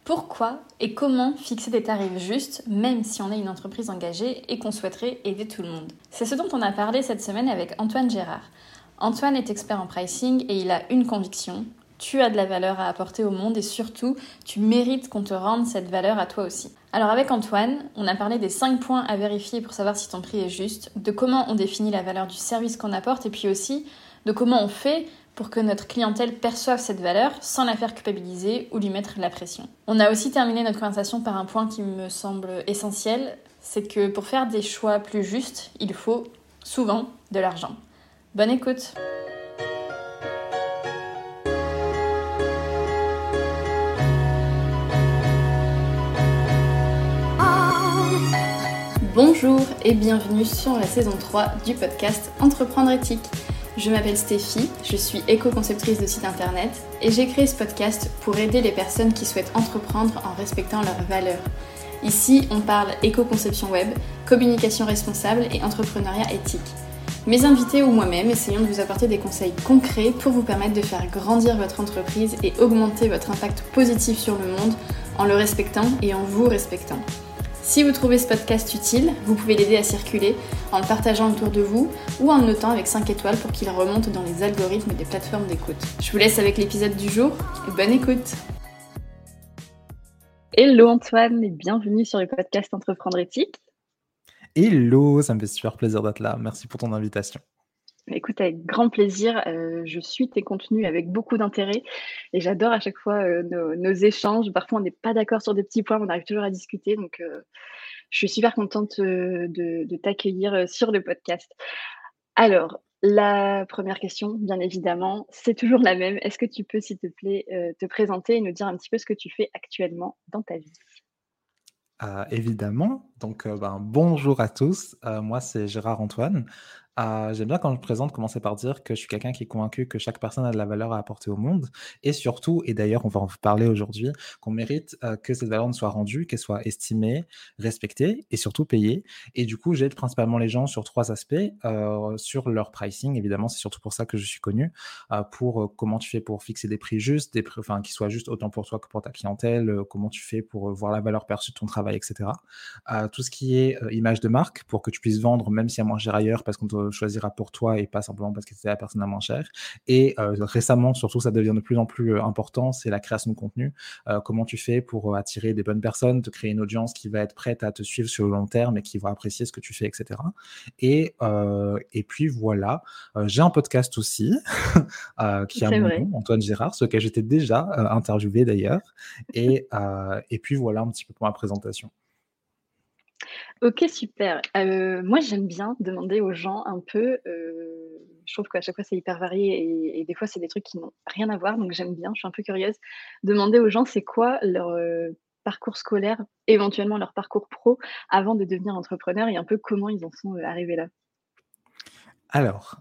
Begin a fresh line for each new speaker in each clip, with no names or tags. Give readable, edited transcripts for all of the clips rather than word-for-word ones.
Pourquoi et comment fixer des tarifs justes, même si on est une entreprise engagée et qu'on souhaiterait aider tout le monde? C'est ce dont on a parlé cette semaine avec Antoine Gérard. Antoine est expert en pricing et il a une conviction: tu as de la valeur à apporter au monde et surtout, tu mérites qu'on te rende cette valeur à toi aussi. Alors avec Antoine, on a parlé des 5 points à vérifier pour savoir si ton prix est juste, de comment on définit la valeur du service qu'on apporte et puis aussi de comment on fait pour que notre clientèle perçoive cette valeur sans la faire culpabiliser ou lui mettre la pression. On a aussi terminé notre conversation par un point qui me semble essentiel, c'est que pour faire des choix plus justes, il faut souvent de l'argent. Bonne écoute! Bonjour et bienvenue sur la saison 3 du podcast Entreprendre éthique. Je m'appelle Stéphie, je suis éco-conceptrice de site internet et j'ai créé ce podcast pour aider les personnes qui souhaitent entreprendre en respectant leurs valeurs. Ici, on parle éco-conception web, communication responsable et entrepreneuriat éthique. Mes invités ou moi-même essayons de vous apporter des conseils concrets pour vous permettre de faire grandir votre entreprise et augmenter votre impact positif sur le monde en le respectant et en vous respectant. Si vous trouvez ce podcast utile, vous pouvez l'aider à circuler en le partageant autour de vous ou en le notant avec 5 étoiles pour qu'il remonte dans les algorithmes des plateformes d'écoute. Je vous laisse avec l'épisode du jour et bonne écoute! Hello Antoine et bienvenue sur le podcast Entreprendre éthique.
Hello, ça me fait super plaisir d'être là. Merci pour ton invitation.
Écoute, avec grand plaisir, je suis tes contenus avec beaucoup d'intérêt et j'adore à chaque fois nos échanges. Parfois, on n'est pas d'accord sur des petits points, mais on arrive toujours à discuter. Donc, je suis super contente de t'accueillir sur le podcast. Alors, la première question, bien évidemment, c'est toujours la même. Est-ce que tu peux, s'il te plaît, te présenter et nous dire un petit peu ce que tu fais actuellement dans ta vie?
Évidemment, donc bonjour à tous, moi c'est Gérard Antoine. J'aime bien quand je me présente commencer par dire que je suis quelqu'un qui est convaincu que chaque personne a de la valeur à apporter au monde et surtout, et d'ailleurs on va en parler aujourd'hui, qu'on mérite, que cette valeur nous soit rendue, qu'elle soit estimée, respectée et surtout payée. Et du coup, j'aide principalement les gens sur 3 aspects, sur leur pricing évidemment, c'est surtout pour ça que je suis connu, pour, comment tu fais pour fixer des prix justes, des prix qui soient justes autant pour toi que pour ta clientèle, comment tu fais pour, voir la valeur perçue de ton travail et cetera. Tout ce qui est, image de marque pour que tu puisses vendre même si à moins cher ailleurs parce qu'on te choisira pour toi et pas simplement parce que c'est la personne la moins chère. Et récemment, surtout, ça devient de plus en plus important, c'est la création de contenu. Comment tu fais pour attirer des bonnes personnes, te créer une audience qui va être prête à te suivre sur le long terme et qui va apprécier ce que tu fais, etc. Et puis voilà, j'ai un podcast aussi qui a
C'est
mon
vrai.
nom, Antoine Gérard, ce que j'étais déjà interviewé d'ailleurs. Et puis voilà un petit peu pour ma présentation.
OK, super. Moi, j'aime bien demander aux gens un peu, je trouve qu'à chaque fois, c'est hyper varié et des fois, c'est des trucs qui n'ont rien à voir, donc j'aime bien, je suis un peu curieuse. Demander aux gens c'est quoi leur, parcours scolaire, éventuellement leur parcours pro, avant de devenir entrepreneur et un peu comment ils en sont, arrivés là.
Alors,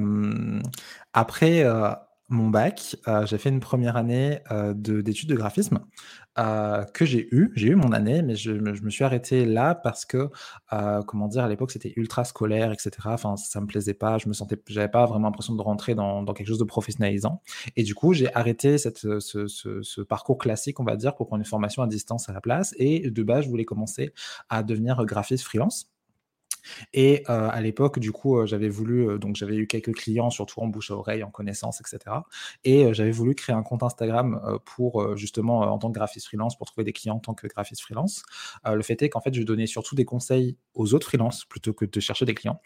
après, mon bac, j'ai fait une première année, d'études de graphisme, que j'ai eu. J'ai eu mon année, mais je me suis arrêté là parce que, comment dire? À l'époque, c'était ultra scolaire et cetera. Enfin, ça me plaisait pas. J'avais pas vraiment l'impression de rentrer dans quelque chose de professionnalisant et du coup, j'ai arrêté ce parcours classique, on va dire, pour prendre une formation à distance à la place et de base, je voulais commencer à devenir graphiste freelance. Et à l'époque, du coup, j'avais voulu, donc j'avais eu quelques clients, surtout en bouche à oreille, en connaissance, et cetera. Et j'avais voulu créer un compte Instagram, pour, justement, en tant que graphiste freelance, pour trouver des clients en tant que graphiste freelance. Le fait est qu'en fait, je donnais surtout des conseils aux autres freelances plutôt que de chercher des clients.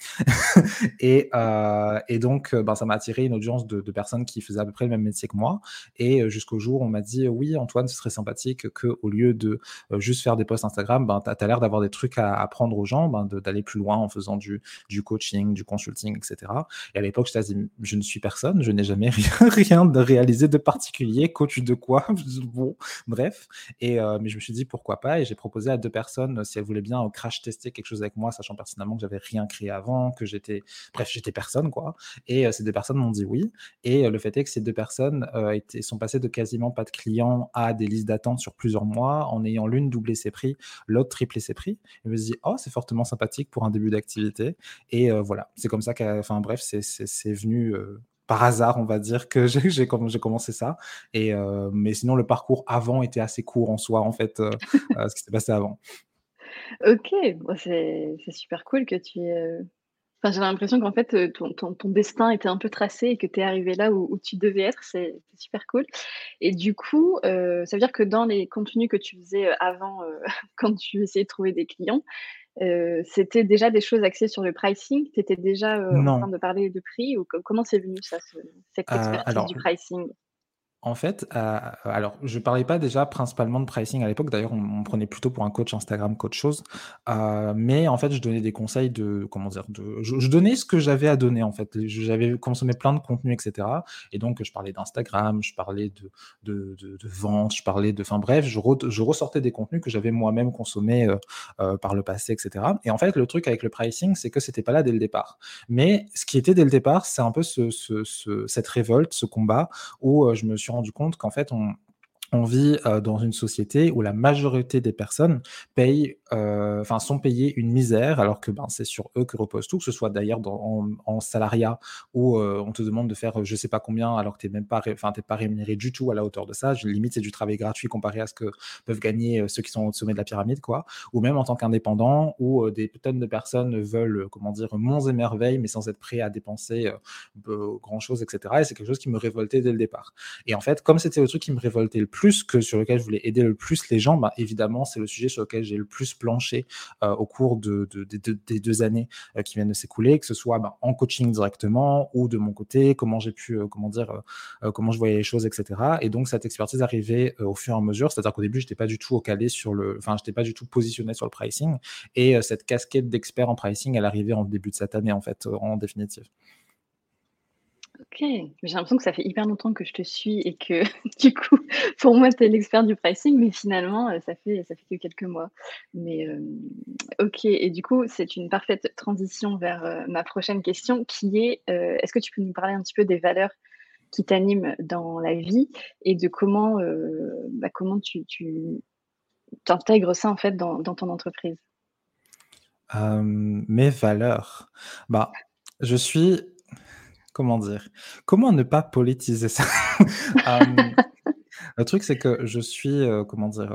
Et donc, ça m'a attiré une audience de personnes qui faisaient à peu près le même métier que moi. Et jusqu'au jour où on m'a dit: «Oui, Antoine, ce serait sympathique qu'au lieu de juste faire des posts Instagram, tu as l'air d'avoir des trucs à apprendre aux gens, d'aller plus loin en faisant du coaching, du consulting, etc.» Et à l'époque, je dit: «Je ne suis personne, je n'ai jamais rien de réalisé de particulier, coach de quoi?» Bon, bref. Mais je me suis dit: «Pourquoi pas?» Et j'ai proposé à 2 personnes si elles voulaient bien crash tester quelque chose avec moi, sachant personnellement que j'avais rien créé avant, que j'étais personne, quoi. Et ces 2 personnes m'ont dit oui. Et le fait est que ces 2 personnes sont passées de quasiment pas de clients à des listes d'attente sur plusieurs mois, en ayant l'une doublé ses prix, l'autre triplé ses prix. Et je me suis dit: «Oh, c'est fortement sympathique pour un début d'activité.» Et voilà, c'est comme ça que, enfin bref, c'est venu par hasard, on va dire, que j'ai commencé ça. Mais sinon, le parcours avant était assez court en soi, en fait, ce qui s'est passé avant.
OK, bah, c'est super cool que tu aies, enfin, j'ai l'impression qu'en fait, ton destin était un peu tracé et que tu es arrivé là où tu devais être, c'est super cool et du coup, ça veut dire que dans les contenus que tu faisais, avant, quand tu essayais de trouver des clients, c'était déjà des choses axées sur le pricing? Tu étais déjà, en
Non,
train de parler de prix ou comment c'est venu ça, cette expertise
alors
du pricing?
en fait, alors je parlais pas déjà principalement de pricing à l'époque. D'ailleurs, on me prenait plutôt pour un coach Instagram qu'autre chose. Mais en fait, je donnais des conseils de comment dire? Je donnais ce que j'avais à donner, en fait. J'avais consommé plein de contenus et cetera et donc je parlais d'Instagram, je parlais de vente, je parlais de enfin bref, je ressortais des contenus que j'avais moi-même consommés, par le passé et cetera et en fait, le truc avec le pricing, c'est que c'était pas là dès le départ. Mais ce qui était dès le départ, c'est un peu cette révolte, ce combat où, je me suis rendu compte qu'en fait on vit, dans une société où la majorité des personnes payent, enfin sont payées une misère alors que, ben, c'est sur eux que repose tout, que ce soit d'ailleurs en salariat où, on te demande de faire, je sais pas combien alors que tu es même pas enfin tu pas rémunéré du tout à la hauteur de ça. Limite, c'est du travail gratuit comparé à ce que peuvent gagner, ceux qui sont au sommet de la pyramide, quoi. Ou même en tant qu'indépendant où, des tonnes de personnes veulent, comment dire? Monts et merveilles mais sans être prêts à dépenser, grand chose et cetera et c'est quelque chose qui me révoltait dès le départ. Et en fait, comme c'était le truc qui me révoltait le plus, que sur lequel je voulais aider le plus les gens, bah, évidemment, c'est le sujet sur lequel j'ai le plus planché au cours des 2 années qui viennent de s'écouler, que ce soit bah, en coaching directement ou de mon côté, comment j'ai pu, comment dire, comment je voyais les choses, etc. Et donc, cette expertise arrivait au fur et à mesure, c'est-à-dire qu'au début, je n'étais pas du tout au calé sur enfin, je n'étais pas du tout positionné sur le pricing. Et cette casquette d'expert en pricing, elle arrivait en début de cette année, en fait, en définitive.
OK, j'ai l'impression que ça fait hyper longtemps que je te suis et que du coup, pour moi, tu es l'expert du pricing, mais finalement, ça fait que quelques mois. Mais, OK et du coup, c'est une parfaite transition vers, ma prochaine question qui est, est-ce que tu peux nous parler un petit peu des valeurs qui t'animent dans la vie et de comment, comment tu intègres ça, en fait, dans ton entreprise?
Mes valeurs, bah, je suis comment dire? Comment ne pas politiser ça? Hem, le truc, c'est que je suis, comment dire?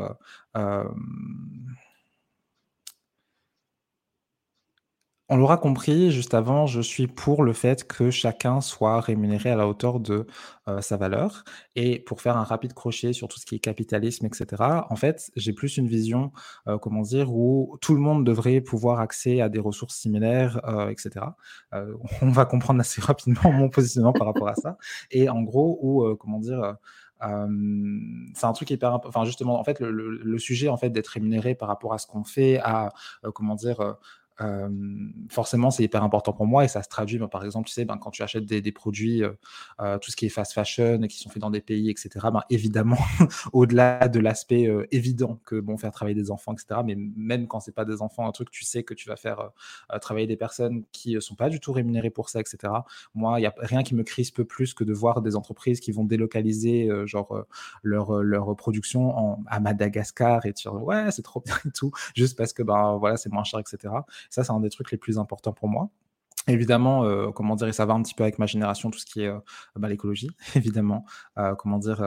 On l'aura compris juste avant, je suis pour le fait que chacun soit rémunéré à la hauteur de, sa valeur et pour faire un rapide crochet sur tout ce qui est capitalisme et cetera, en fait, j'ai plus une vision, comment dire? Où tout le monde devrait pouvoir accès à des ressources similaires, et cetera. On va comprendre assez rapidement mon positionnement par rapport à ça et en gros où, comment dire? C'est un truc hyper enfin justement, en fait, le sujet, en fait, d'être rémunéré par rapport à ce qu'on fait, à, comment dire? Forcément, c'est hyper important pour moi et ça se traduit, bah, par exemple, tu sais, ben, quand tu achètes des produits, tout ce qui est fast fashion et qui sont faits dans des pays et cetera, ben, évidemment, au-delà de l'aspect, évident que, bon, faire travailler des enfants et cetera, mais même quand c'est pas des enfants, un truc, tu sais que tu vas faire, travailler des personnes qui, sont pas du tout rémunérées pour ça et cetera. Moi, il y a rien qui me crispe plus que de voir des entreprises qui vont délocaliser, genre, leur production à Madagascar et dire: «Ouais, c'est trop bien et tout», juste parce que, ben, voilà, c'est moins cher et cetera. Ça, c'est un des trucs les plus importants pour moi. Évidemment, comment dire? Et ça va un petit peu avec ma génération, tout ce qui est, bah, l'écologie, évidemment. Comment dire?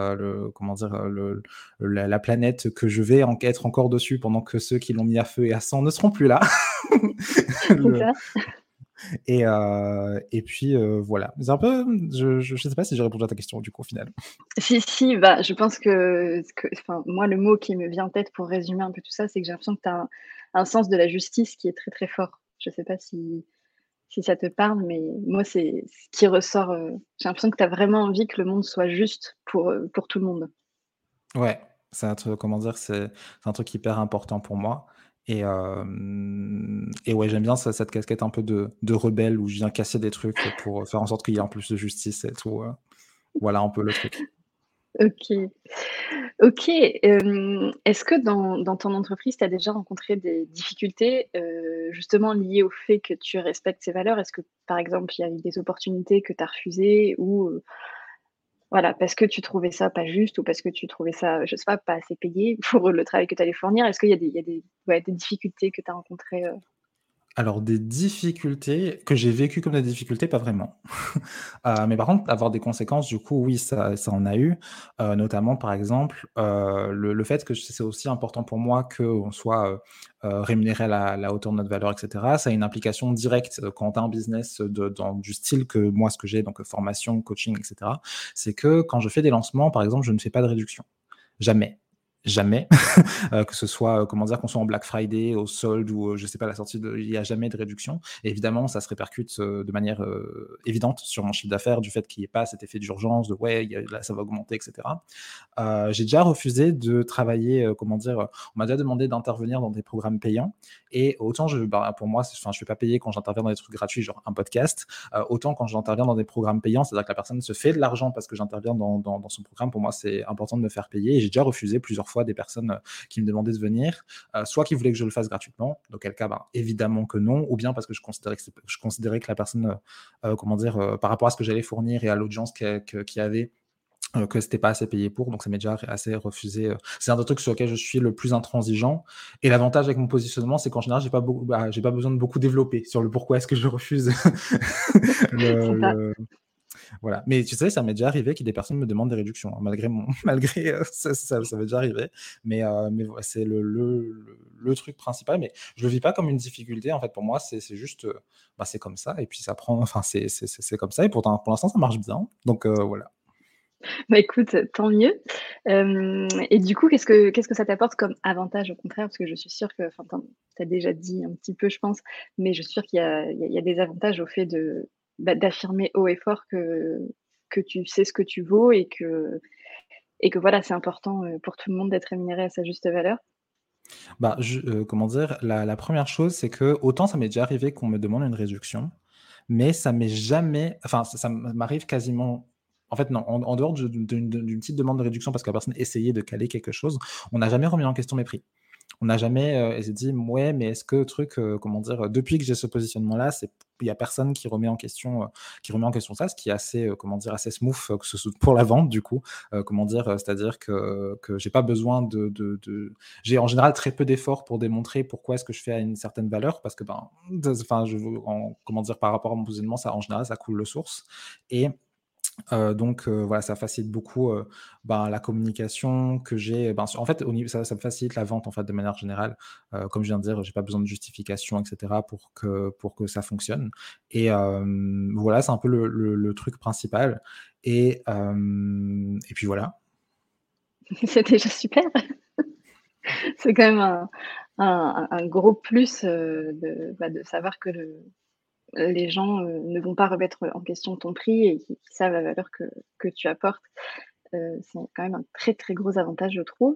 La planète que je vais être encore dessus pendant que ceux qui l'ont mis à feu et à sang ne seront plus là.
C'est
Le
ça?
et puis, voilà. C'est un peu, je sais pas si j'ai répondu à ta question du coup, au final.
Si, si, bah, je pense que enfin, moi, le mot qui me vient en tête pour résumer un peu tout ça, c'est que j'ai l'impression que tu as un sens de la justice qui est très, très fort. Je sais pas si ça te parle, mais moi, c'est ce qui ressort, j'ai l'impression que tu as vraiment envie que le monde soit juste pour tout le monde.
Ouais, c'est un truc, comment dire? C'est un truc hyper important pour moi et ouais, j'aime bien cette casquette un peu de rebelle où je viens casser des trucs pour faire en sorte qu'il y ait un peu plus de justice et tout, voilà un peu le truc.
OK. OK, est-ce que dans ton entreprise, tu as déjà rencontré des difficultés, justement liées au fait que tu respectes ces valeurs? Est-ce que, par exemple, il y a eu des opportunités que tu as refusées ou, voilà, parce que tu trouvais ça pas juste ou parce que tu trouvais ça, je sais pas assez payé pour le travail que tu allais fournir? Est-ce qu'il y a des ouais, des difficultés que tu as rencontrées,
Alors des difficultés que j'ai vécues comme des difficultés, pas vraiment. Mais par contre, avoir des conséquences, du coup, oui, ça en a eu. Notamment, par exemple, le fait que c'est aussi important pour moi qu'on soit, rémunéré à la hauteur de notre valeur et cetera. Ça a une implication directe, quand tu as un business du style que moi, ce que j'ai, donc formation, coaching et cetera. C'est que quand je fais des lancements, par exemple, je ne fais pas de réduction. Jamais. Jamais. Que ce soit, comment dire, qu'on soit en Black Friday, au solde ou, je sais pas, la sortie il y a jamais de réduction. Et évidemment, ça se répercute de manière évidente sur mon chiffre d'affaires du fait qu'il n'y ait pas cet effet d'urgence de ouais, là, ça va augmenter, etc. J'ai déjà refusé de travailler, comment dire, on m'a déjà demandé d'intervenir dans des programmes payants. Et autant pour moi, je ne suis pas payé quand j'interviens dans des trucs gratuits, genre un podcast, autant quand j'interviens dans des programmes payants, c'est-à-dire que la personne se fait de l'argent parce que j'interviens dans son programme. Pour moi, c'est important de me faire payer. Et j'ai déjà refusé plusieurs fois des personnes qui me demandaient de venir, soit qui voulaient que je le fasse gratuitement, dans quel cas, évidemment que non, ou bien parce que je considérais que la personne, comment dire, par rapport à ce que j'allais fournir et à l'audience qu'il y avait, que c'était pas assez payé pour, donc ça m'est déjà assez refusé. C'est un des trucs sur lequel je suis le plus intransigeant. Et l'avantage avec mon positionnement, c'est qu'en général, j'ai pas besoin de beaucoup développer sur le pourquoi est-ce que je refuse
C'est ça.
le voilà. Mais tu sais, ça m'est déjà arrivé que des personnes me demandent des réductions, hein, malgré ça m'est déjà arrivé. Mais ouais, c'est le truc principal. Mais je le vis pas comme une difficulté. En fait, pour moi, c'est juste, c'est comme ça. Et puis ça prend, enfin, c'est comme ça. Et pourtant, pour l'instant, ça marche bien. Donc voilà.
Bah, écoute, tant mieux. Et du coup, qu'est-ce que ça t'apporte comme avantage au contraire? Parce que je suis sûre que enfin, tu as déjà dit un petit peu, je pense, mais je suis sûre qu'il y a des avantages au fait d'affirmer haut et fort que tu sais ce que tu vaux et que voilà, c'est important, pour tout le monde d'être rémunéré à sa juste valeur.
Comment dire? La 1re chose, c'est que autant ça m'est déjà arrivé qu'on me demande une réduction, mais ça m'est jamais enfin, ça m'arrive quasiment en fait, non, en dehors d'une petite demande de réduction parce que la personne essayait de caler quelque chose, on n'a jamais remis en question mes prix. On n'a jamais, elle s'est dit: «Ouais, mais est-ce que truc, comment dire?» Depuis que j'ai ce positionnement-là, il y a personne qui remet en question ça, ce qui est assez, comment dire? Assez smooth, que ce soit pour la vente du coup. Comment dire? C'est-à-dire que j'ai pas besoin j'ai en général très peu d'efforts pour démontrer pourquoi est-ce que je fais à une certaine valeur parce que, enfin, comment dire? Par rapport à mon positionnement, ça en général, ça coule de source et donc voilà, ça facilite beaucoup, la communication que j'ai, en fait, au niveau ça me facilite la vente, en fait, de manière générale. Comme je viens de dire, j'ai pas besoin de justification et cetera pour que ça fonctionne et voilà, c'est un peu le truc principal et puis voilà.
C'est déjà super. C'est quand même un gros plus, de savoir que les gens, ne vont pas remettre en question ton prix et qu'ils savent la valeur que tu apportes. C'est quand même un très, très gros avantage, je trouve.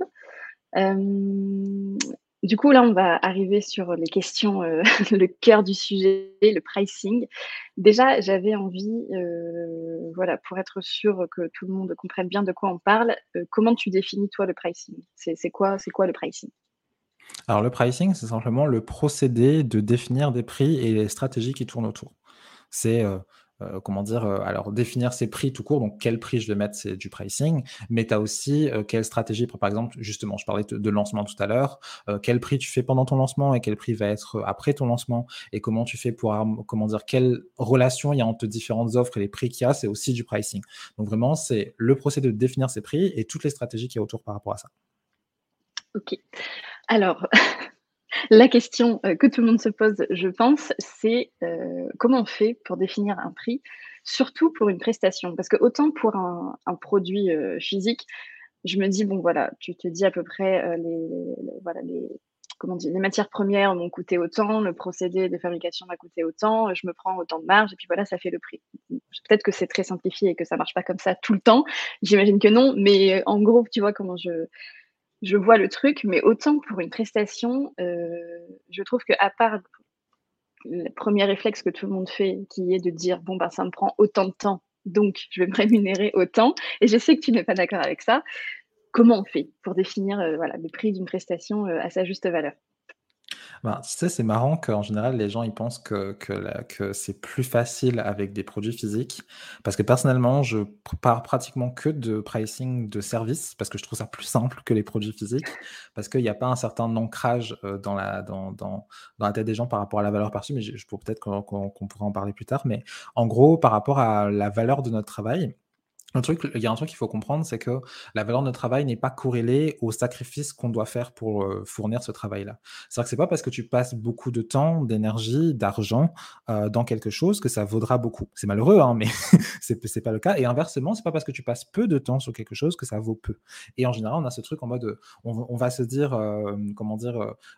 Hem, du coup, là, on va arriver sur les questions, le cœur du sujet, le pricing. Déjà, j'avais envie, voilà, pour être sûre que tout le monde comprenne bien de quoi on parle, comment tu définis toi le pricing? C'est quoi le pricing?
Alors le pricing, c'est simplement le procédé de définir des prix et les stratégies qui tournent autour. C'est, comment dire? Alors définir ses prix tout court, donc quel prix je vais mettre, c'est du pricing, mais tu as aussi, quelle stratégie par exemple, justement, je parlais de lancement tout à l'heure, quel prix tu fais pendant ton lancement et quel prix va être, après ton lancement et comment tu fais pour comment dire? Quelle relation il y a entre différentes offres et les prix qu'il y a, c'est aussi du pricing. Donc vraiment, c'est le procédé de définir ses prix et toutes les stratégies qu'il y a autour par rapport à ça.
OK. Alors, la question, que tout le monde se pose, je pense, c'est, comment on fait pour définir un prix? Surtout pour une prestation. Parce que autant pour un produit, physique, je me dis: «Bon voilà», tu te dis à peu près, voilà les comment dire? «Les matières premières vont coûter autant, le procédé de fabrication va coûter autant, je me prends autant de marge et puis voilà, ça fait le prix». Peut-être que c'est très simplifié et que ça marche pas comme ça tout le temps. J'imagine que non, mais en gros, tu vois comment je vois le truc, mais autant pour une prestation, je trouve qu'à part le premier réflexe que tout le monde fait, qui est de dire: «Bon, bah, ça me prend autant de temps, donc je vais me rémunérer autant» et je sais que tu n'es pas d'accord avec ça. Comment on fait pour définir, voilà, le prix d'une prestation, à sa juste valeur?
Ben, tu sais, c'est marrant qu'en général, les gens ils pensent que c'est plus facile avec des produits physiques. Parce que personnellement, je pars pratiquement que de pricing de services, parce que je trouve ça plus simple que les produits physiques, parce qu'il n'y a pas un certain ancrage dans la tête des gens par rapport à la valeur perçue, mais je pourrais peut-être qu'on pourra en parler plus tard. Mais en gros, par rapport à la valeur de notre travail, il y a un truc qu'il faut comprendre, c'est que la valeur de notre travail n'est pas corrélée au sacrifice qu'on doit faire pour, fournir ce travail-là. C'est-à-dire que c'est pas parce que tu passes beaucoup de temps, d'énergie, d'argent, dans quelque chose que ça vaudra beaucoup. C'est malheureux, hein, mais c'est pas le cas et inversement, c'est pas parce que tu passes peu de temps sur quelque chose que ça vaut peu et en général, on a ce truc en mode, on va se dire, comment dire?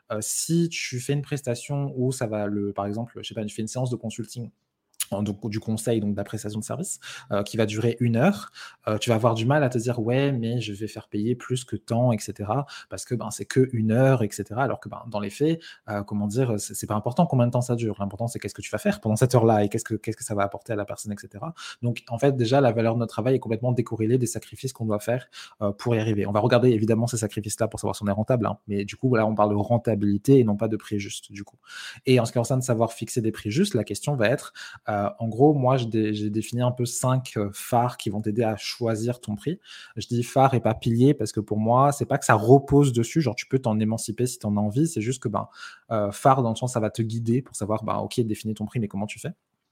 Si tu fais une prestation où ça va le par exemple, je sais pas, tu fais une séance de consulting donc du conseil, donc de la prestation de service, qui va durer 1 heure, tu vas avoir du mal à te dire: «Ouais, mais je vais faire payer plus que tant» et cetera, parce que, ben, c'est que 1 heure et cetera. Alors que, ben, dans les faits, comment dire? C'est pas important combien de temps ça dure. L'important, c'est qu'est-ce que tu vas faire pendant cette heure-là et qu'est-ce que ça va apporter à la personne et cetera. Donc en fait, déjà, la valeur de notre travail est complètement décorrélée des sacrifices qu'on doit faire, pour y arriver. On va regarder évidemment ces sacrifices-là pour savoir si on est rentable, hein, mais du coup, là, on parle de rentabilité et non pas de prix juste, du coup. Et en ce qui concerne savoir fixer des prix justes, la question va être, en gros, moi, j'ai défini un peu 5 phares qui vont t'aider à choisir ton prix. Je dis phare et pas pilier parce que pour moi, c'est pas que ça repose dessus, genre tu peux t'en émanciper si tu en as envie, c'est juste que ben, phare dans le sens ça va te guider pour savoir, bah, OK, définis ton prix, mais comment tu fais?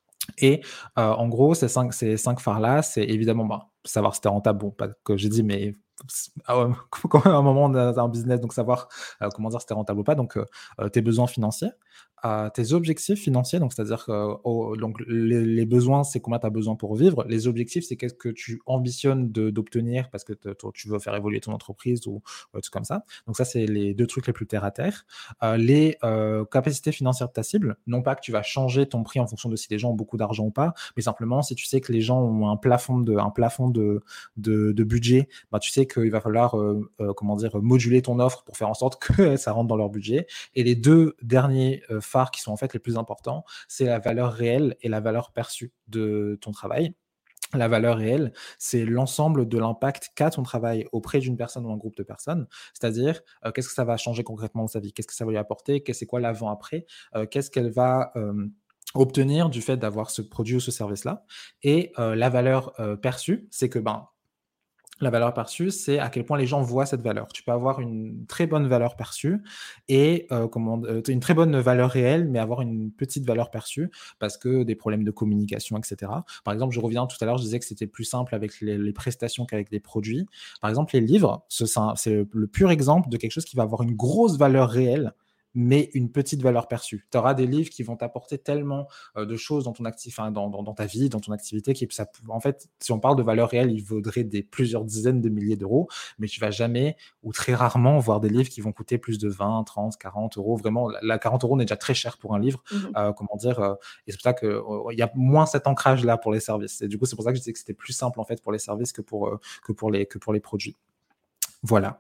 Et en gros, ces cinq phares-là, c'est évidemment, bah, savoir si tu rentable, bon, pas que j'ai dit, mais ah ouais, quand même à un moment on a un business, donc savoir, comment dire si tu rentable ou pas, donc tes besoins financiers, tes objectifs financiers, donc c'est-à-dire que, donc les besoins, c'est combien tu as besoin pour vivre. Les objectifs, c'est qu'est-ce que tu ambitionnes d'obtenir parce que toi, tu veux faire évoluer ton entreprise ou des trucs comme ça. Donc ça, c'est les 2 trucs les plus terre à terre. Les, capacités financières de ta cible, non pas que tu vas changer ton prix en fonction de si les gens ont beaucoup d'argent ou pas, mais simplement si tu sais que les gens ont un plafond de budget, bah, tu sais qu'il va falloir, comment dire? Moduler ton offre pour faire en sorte que ça rentre dans leur budget. Et les 2 derniers, phares qui sont en fait les plus importants, c'est la valeur réelle et la valeur perçue de ton travail. La valeur réelle, c'est l'ensemble de l'impact qu'a ton travail auprès d'une personne ou un groupe de personnes. C'est-à-dire, qu'est-ce que ça va changer concrètement dans sa vie? Qu'est-ce que ça va lui apporter? C'est quoi l'avant-après? Qu'est-ce qu'elle va, obtenir du fait d'avoir ce produit ou ce service-là? Et la valeur, perçue, c'est que, ben, la valeur perçue, c'est à quel point les gens voient cette valeur. Tu peux avoir une très bonne valeur perçue et une très bonne valeur réelle, mais avoir une petite valeur perçue parce que des problèmes de communication, et cetera. Par exemple, je reviens tout à l'heure, je disais que c'était plus simple avec les prestations qu'avec les produits. Par exemple, les livres, c'est le pur exemple de quelque chose qui va avoir une grosse valeur réelle, mais une petite valeur perçue. Tu auras des livres qui vont t'apporter tellement de choses dans ton enfin, dans ta vie, dans ton activité, en fait, si on parle de valeur réelle, ils vaudraient plusieurs dizaines de milliers d'euros, mais tu vas jamais ou très rarement voir des livres qui vont coûter plus de 20, 30, 40 euros. Vraiment, la 40 euros n'est déjà très cher pour un livre.
Mmh.
Comment dire et c'est pour ça qu'il il y a moins cet ancrage-là pour les services. Et du coup, c'est pour ça que je disais que c'était plus simple en fait pour les services que pour les produits. Voilà.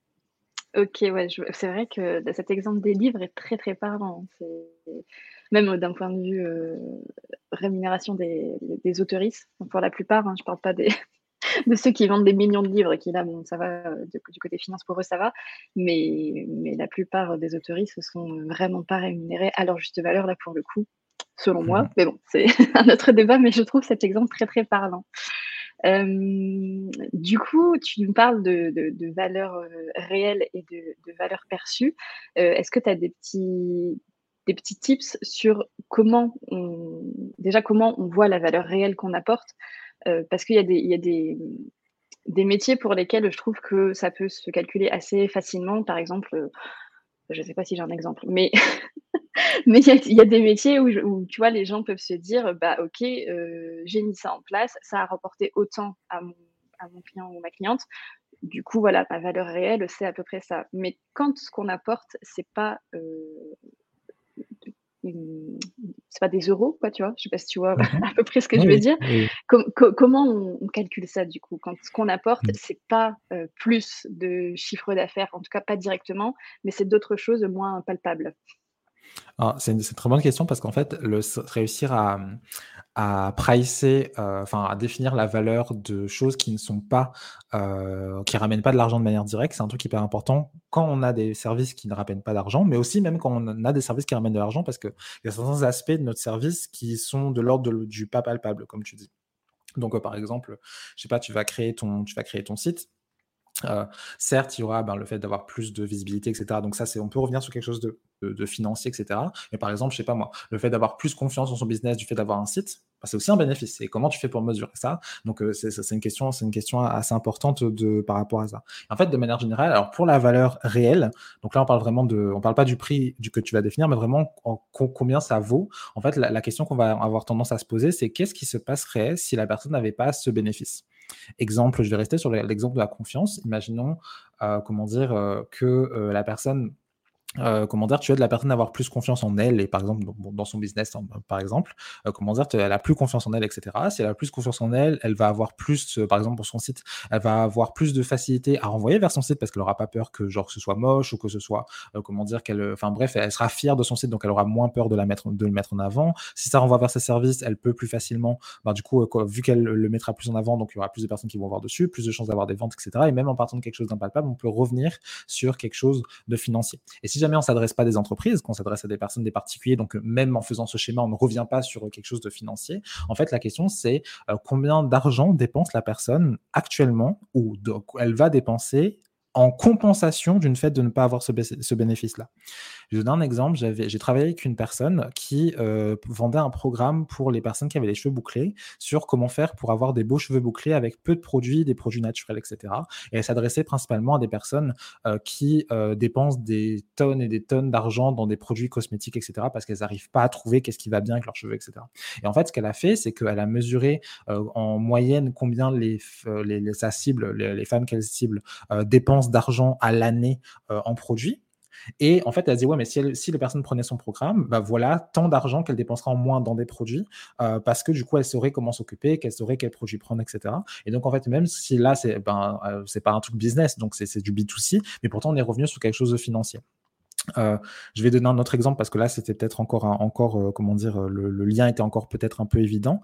OK, ouais, c'est vrai que cet exemple des livres est très, très parlant. C'est même, d'un point de vue, rémunération des autoristes, donc pour la plupart, hein, je parle pas des de ceux qui vendent des millions de livres et qui là, bon, ça va, du côté finance pour eux, ça va. Mais la plupart des autoristes ne sont vraiment pas rémunérés à leur juste valeur, là, pour le coup, selon moi.
Mhm.
Mais bon, c'est un autre débat, mais je trouve cet exemple très, très parlant. Du coup, tu me parles de valeurs, réelles et de valeurs perçues. Est-ce que tu as des petits tips sur comment on voit la valeur réelle qu'on apporte? Parce qu'il y a des métiers pour lesquels je trouve que ça peut se calculer assez facilement. Par exemple, je ne sais pas si j'ai un exemple, mais mais il y a des métiers où tu vois, les gens peuvent se dire: «Bah, OK, j'ai mis ça en place, ça a rapporté autant à mon client ou ma cliente. Du coup, voilà, ma valeur réelle, c'est à peu près ça». Mais quand ce qu'on apporte, Mmh, c'est pas des euros quoi, tu vois? Je sais pas si tu vois
Mhm.
à peu près ce que je
Oui,
veux
oui,
dire?
oui.
Comment on calcule ça du coup? Quand ce qu'on apporte,
Oui.
c'est pas, plus de chiffre d'affaires, en tout cas pas directement, mais c'est d'autres choses moins palpables?
C'est une très bonne question parce qu'en fait, réussir à pricer, enfin à définir la valeur de choses qui ne sont pas, qui ramènent pas de l'argent de manière directe, c'est un truc hyper important quand on a des services qui ne ramènent pas d'argent, mais aussi même quand on a des services qui ramènent de l'argent parce qu'il y a certains aspects de notre service qui sont de l'ordre du pas palpable, comme tu dis. Donc, par exemple, je sais pas, tu vas créer ton site. Heu, certes, il y aura, ben, le fait d'avoir plus de visibilité et cetera, donc ça, on peut revenir sur quelque chose de financier et cetera. Mais par exemple, je sais pas moi, le fait d'avoir plus confiance en son business du fait d'avoir un site, bah, c'est aussi un bénéfice. Et comment tu fais pour mesurer ça? Donc, c'est une question assez importante par rapport à ça. En fait, de manière générale, alors pour la valeur réelle, donc là, on parle pas du prix que tu vas définir, mais vraiment combien ça vaut. En fait, la question qu'on va avoir tendance à se poser, c'est: qu'est-ce qui se passerait si la personne n'avait pas ce bénéfice? Exemple, je vais rester sur l'exemple de la confiance. Imaginons, comment dire, que, la personne comment dire, tu aides la personne à avoir plus confiance en elle et par exemple dans son business, par exemple, comment dire, elle a plus confiance en elle, et cetera. Si elle a plus confiance en elle, elle va avoir plus, par exemple pour son site, elle va avoir plus de facilité à renvoyer vers son site parce qu'elle aura pas peur que genre que ce soit moche ou que ce soit, comment dire, enfin bref, elle sera fière de son site, donc elle aura moins peur de le mettre en avant. Si ça renvoie vers ses services, elle peut plus facilement, bah, du coup, vu qu'elle le mettra plus en avant, donc il y aura plus de personnes qui vont voir dessus, plus de chances d'avoir des ventes, et cetera. Et même en partant de quelque chose d'impalpable, on peut revenir sur quelque chose de financier. Et si jamais on ne s'adresse pas à des entreprises, qu'on s'adresse à des personnes, des particuliers, donc même en faisant ce schéma, on ne revient pas sur quelque chose de financier. En fait, la question, c'est combien d'argent dépense la personne actuellement ou donc, elle va dépenser en compensation d'une fait de ne pas avoir ce bénéfice-là. Je vais donner un exemple. J'ai travaillé avec une personne qui vendait un programme pour les personnes qui avaient les cheveux bouclés sur comment faire pour avoir des beaux cheveux bouclés avec peu de produits, des produits naturels, etc. Et elle s'adressait principalement à des personnes qui dépensent des tonnes et des tonnes d'argent dans des produits cosmétiques, etc. parce qu'elles n'arrivent pas à trouver qu'est-ce qui va bien avec leurs cheveux, etc. Et en fait, ce qu'elle a fait, c'est qu'elle a mesuré en moyenne combien sa cible, les femmes qu'elle cible, dépensent d'argent à l'année en produits. Et en fait, elle a dit: «Ouais, mais si les personnes prenaient son programme, bah, voilà tant d'argent qu'elle dépensera en moins dans des produits», parce que du coup, elle saurait comment s'occuper, qu'elle saurait quels produits prendre et cetera. Et donc en fait, même si là, c'est pas un truc business, donc c'est du B2C, mais pourtant on est revenu sur quelque chose de financier. Heu, je vais donner un autre exemple parce que là, c'était peut-être comment dire, le lien était encore peut-être un peu évident.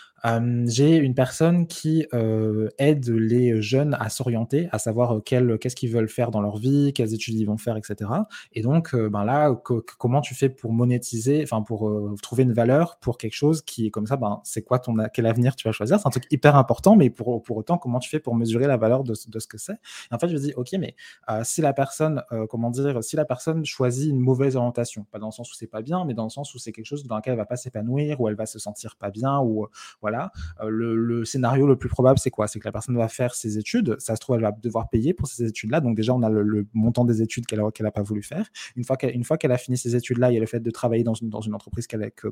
J'ai une personne qui, aide les jeunes à s'orienter, à savoir, qu'est-ce qu'ils veulent faire dans leur vie, quelles études ils vont faire et cetera. Et donc, ben, là, comment tu fais pour monétiser, enfin pour, trouver une valeur pour quelque chose qui est comme ça, ben, c'est quoi quel avenir tu vas choisir? C'est un truc hyper important, mais pour autant, comment tu fais pour mesurer la valeur de ce que c'est? Et en fait, je me dis: «OK, mais si la personne, comment dire? Si la personne choisit une mauvaise orientation, pas dans le sens où c'est pas bien, mais dans le sens où c'est quelque chose dans lequel elle va pas s'épanouir, où elle va se sentir pas bien ou, voilà, le scénario le plus probable, c'est quoi? C'est que la personne va faire ses études, ça se trouve, elle va devoir payer pour ces études-là. Donc déjà, on a le montant des études qu'elle a pas voulu faire. Une fois qu'elle a fini ces études-là, il y a le fait de travailler dans une entreprise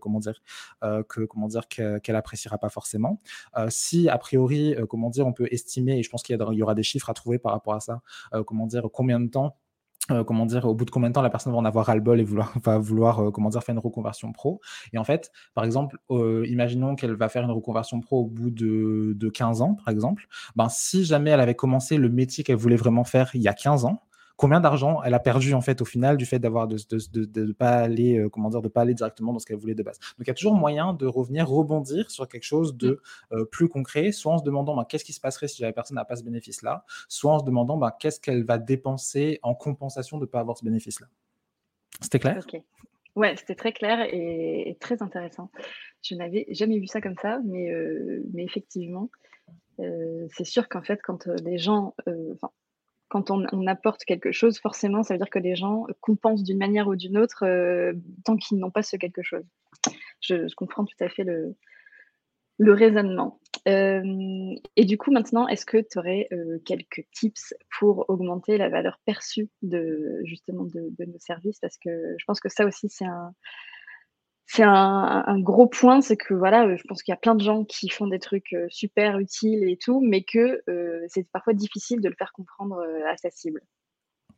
qu'elle appréciera pas forcément. Si a priori, comment dire, on peut estimer, et je pense qu'il y aura des chiffres à trouver par rapport à ça, comment dire, combien de temps, comment dire, au bout de combien de temps la personne va en avoir ras-le-bol et va vouloir, comment dire, faire une reconversion pro. Et en fait, par exemple, imaginons qu'elle va faire une reconversion pro au bout de 15 ans, par exemple. Ben, si jamais elle avait commencé le métier qu'elle voulait vraiment faire il y a 15 ans, combien d'argent elle a perdu, en fait, au final, du fait d'avoir de pas aller, comment dire, de pas aller directement dans ce qu'elle voulait de base. Donc il y a toujours moyen de revenir rebondir sur quelque chose
Mmh.
de, plus concret, soit en se demandant, ben, qu'est-ce qui se passerait si la personne n'a pas ce bénéfice-là? Soit en se demandant, bah, qu'est-ce qu'elle va dépenser en compensation de ne pas avoir ce bénéfice-là. C'était clair?
OK. Ouais, c'était très clair et très intéressant. Je n'avais jamais vu ça comme ça, mais effectivement, c'est sûr qu'en fait, quand, les gens, enfin, quand on apporte quelque chose, forcément, ça veut dire que les gens compensent d'une manière ou d'une autre, tant qu'ils n'ont pas ce quelque chose. Je comprends tout à fait le raisonnement. Et du coup, maintenant, est-ce que tu aurais, quelques tips pour augmenter la valeur perçue justement de nos services? Parce que je pense que ça aussi, c'est un gros point, c'est que voilà, je pense qu'il y a plein de gens qui font des trucs, super utiles et tout, mais que, c'est parfois difficile de le faire comprendre, à sa cible.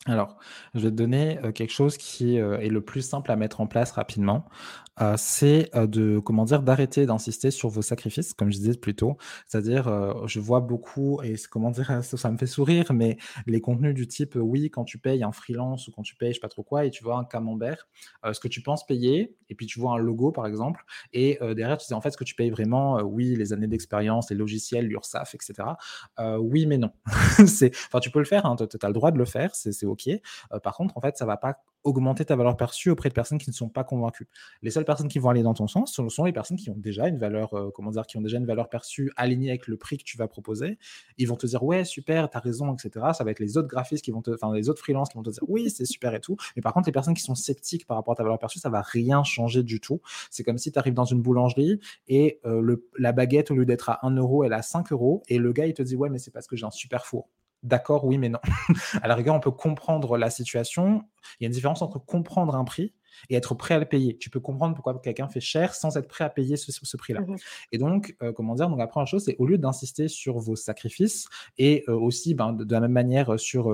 Alors, je vais te donner, quelque chose qui, est le plus simple à mettre en place rapidement. C'est, de comment dire? D'arrêter d'insister sur vos sacrifices, comme je disais plus tôt. C'est-à-dire, je vois beaucoup et c'est comment dire? Ça me fait sourire, mais les contenus du type, oui, quand tu payes un freelance ou quand tu payes je sais pas trop quoi et tu vois un camembert, ce que tu penses payer et puis tu vois un logo par exemple et derrière tu dis: «En fait, ce que tu payes vraiment, oui, les années d'expérience, les logiciels, l'URSSAF et cetera». Oui, mais non. Enfin, tu peux le faire, hein, tu as le droit de le faire, c'est OK. Par contre, en fait, ça va pas augmenter ta valeur perçue auprès de personnes qui ne sont pas convaincues. Les seules personnes qui vont aller dans ton sens, ce sont les personnes qui ont déjà une valeur, comment dire? Qui ont déjà une valeur perçue alignée avec le prix que tu vas proposer. Ils vont te dire: «Ouais, super, tu as raison» et cetera. Ça va être les autres graphistes qui vont te enfin, les autres freelances qui vont te dire: «Oui, c'est super et tout». Mais par contre, les personnes qui sont sceptiques par rapport à ta valeur perçue, ça va rien changer du tout. C'est comme si tu arrives dans une boulangerie et le la baguette, au lieu d'être à 1 €, elle est à 5 € et le gars, il te dit: «Ouais, mais c'est parce que j'ai un super four». D'accord, oui, mais non. À la rigueur, on peut comprendre la situation. Il y a une différence entre comprendre un prix et être prêt à le payer. Tu peux comprendre pourquoi quelqu'un fait cher sans être prêt à payer ce prix-là.
Mmh.
Et donc, comment dire? Donc la première chose, c'est au lieu d'insister sur vos sacrifices et aussi, ben, de la même manière, sur,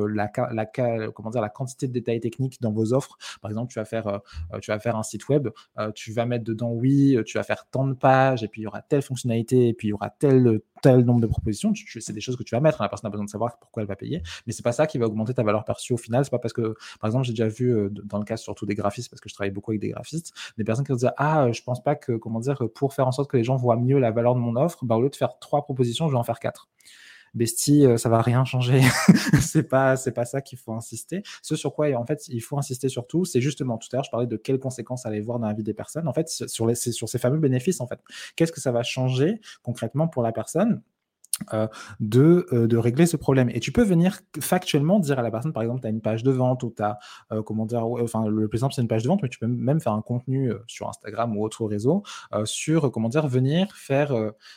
comment dire? La quantité de détails techniques dans vos offres. Par exemple, tu vas faire un site web, tu vas mettre dedans, oui, tu vas faire tant de pages et puis il y aura telle fonctionnalité et puis il y aura tel nombre de propositions. C'est des choses que tu vas mettre, hein, la personne a besoin de savoir pourquoi elle va payer, mais c'est pas ça qui va augmenter ta valeur perçue au final. C'est pas parce que, par exemple, j'ai déjà vu, dans le cas surtout des graphistes, parce que je travaille beaucoup avec des graphistes, des personnes qui vont dire: «Ah, je pense pas que, comment dire? Pour faire en sorte que les gens voient mieux la valeur de mon offre, bah, au lieu de faire 3 propositions, je vais en faire 4». Bestie, ça va rien changer. C'est pas ça qu'il faut insister. Ce sur quoi, en fait, il faut insister surtout, c'est justement tout à l'heure, je parlais de quelles conséquences ça allait voir dans la vie des personnes. En fait, c'est sur ces fameux bénéfices, en fait. Qu'est-ce que ça va changer concrètement pour la personne? heu, de régler ce problème. Et tu peux venir factuellement dire à la personne, par exemple, tu as une page de vente ou tu as, comment dire? Ouais, enfin, le plus simple, c'est une page de vente, mais tu peux même faire un contenu, sur Instagram ou autre réseau, sur, comment dire? Venir faire,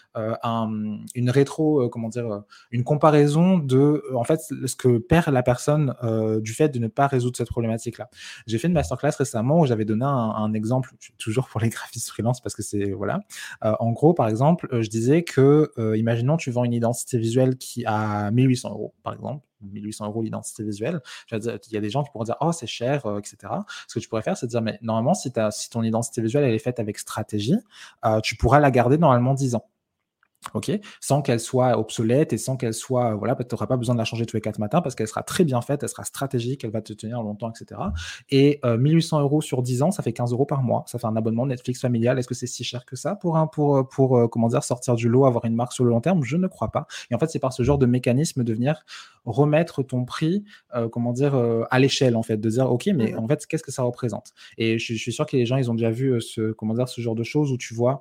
une rétro, comment dire? Une comparaison de, en fait, ce que perd la personne, du fait de ne pas résoudre cette problématique-là. J'ai fait une masterclass récemment où j'avais donné un exemple, toujours pour les graphistes freelance parce que c'est voilà. En gros, par exemple, je disais que, imaginons tu vends une identité visuelle qui à 1 800 € par exemple, 1 800 € l'identité visuelle. Je veux dire, il y a des gens qui pourront dire: «Oh c'est cher», et cetera. Ce que tu pourrais faire, c'est de dire: «Mais normalement si ton identité visuelle elle est faite avec stratégie, tu pourras la garder normalement 10 ans». OK? Sans qu'elle soit obsolète et sans qu'elle soit, voilà, tu auras pas besoin de la changer tous les 4 matins parce qu'elle sera très bien faite, elle sera stratégique, elle va te tenir longtemps et cetera. Et 1 800 € sur 10 ans, ça fait 15 € par mois. Ça fait un abonnement Netflix familial. Est-ce que c'est si cher que ça comment dire, sortir du lot, avoir une marque sur le long terme? Je ne crois pas. Et en fait, c'est par ce genre de mécanisme de venir remettre ton prix, comment dire, à l'échelle en fait, de dire: «OK, mais
Mmh.
en fait, qu'est-ce que ça représente?» Et je suis sûr que les gens, ils ont déjà vu, comment dire, ce genre de choses où tu vois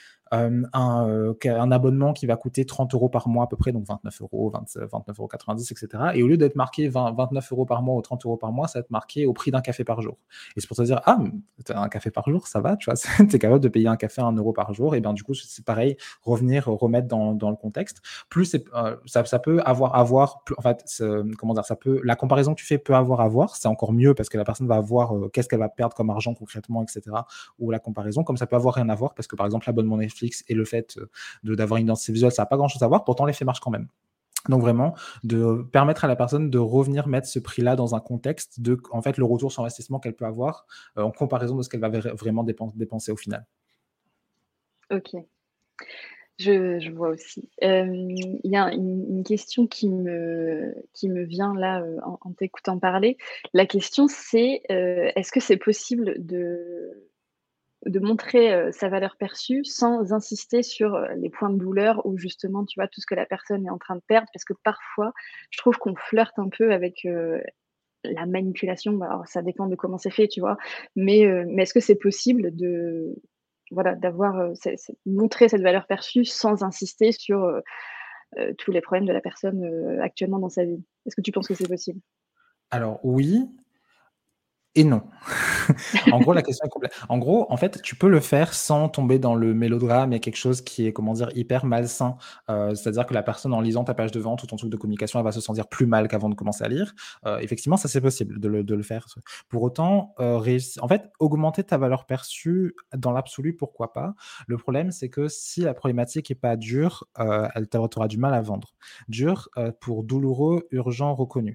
un abonnement qui va coûter 30 € par mois à peu près, donc 29 €, 29,90 € et cetera. Et au lieu d'être marqué 29 € par mois ou 30 € par mois, ça va être marqué au prix d'un café par jour. Et c'est pour te dire: «Ah, un café par jour, ça va», tu vois? Tu es capable de payer un café à 1 € par jour et bien du coup, c'est pareil, remettre dans le contexte. Plus c'est, ça peut avoir plus en fait, comment dire? Ça peut la comparaison que tu fais peut avoir à voir, c'est encore mieux parce que la personne va voir, qu'est-ce qu'elle va perdre comme argent concrètement et cetera, ou la comparaison, comme ça peut avoir rien à voir parce que par exemple l'abonnement Netflix et le fait d'avoir une identité visuelle, ça n'a pas grand chose à voir, pourtant l'effet marche quand même. Donc vraiment, de permettre à la personne de revenir mettre ce prix-là dans un contexte de, en fait, le retour sur investissement qu'elle peut avoir en comparaison de ce qu'elle va vraiment dépenser au final.
OK, je vois aussi. Il y a une question qui me vient là, en t'écoutant parler. La question c'est, est-ce que c'est possible de montrer, sa valeur perçue sans insister sur, les points de douleur ou justement, tu vois, tout ce que la personne est en train de perdre? Parce que parfois, je trouve qu'on flirte un peu avec, la manipulation. Bah, alors ça dépend de comment c'est fait, tu vois? Mais est-ce que c'est possible de voilà, d'avoir, montrer cette valeur perçue sans insister sur, tous les problèmes de la personne, actuellement dans sa vie? Est-ce que tu penses que c'est possible?
Alors oui et non. En gros, la question est complète. En gros, en fait, tu peux le faire sans tomber dans le mélodrame. Il y a quelque chose qui est, comment dire, hyper malsain. C'est-à-dire que la personne, en lisant ta page de vente ou ton truc de communication, elle va se sentir plus mal qu'avant de commencer à lire. Effectivement, ça, c'est possible de le faire. Pour autant, en fait, augmenter ta valeur perçue dans l'absolu, pourquoi pas? Le problème, c'est que si la problématique est pas dure, tu auras du mal à vendre. Dur, pour douloureux, urgent, reconnu.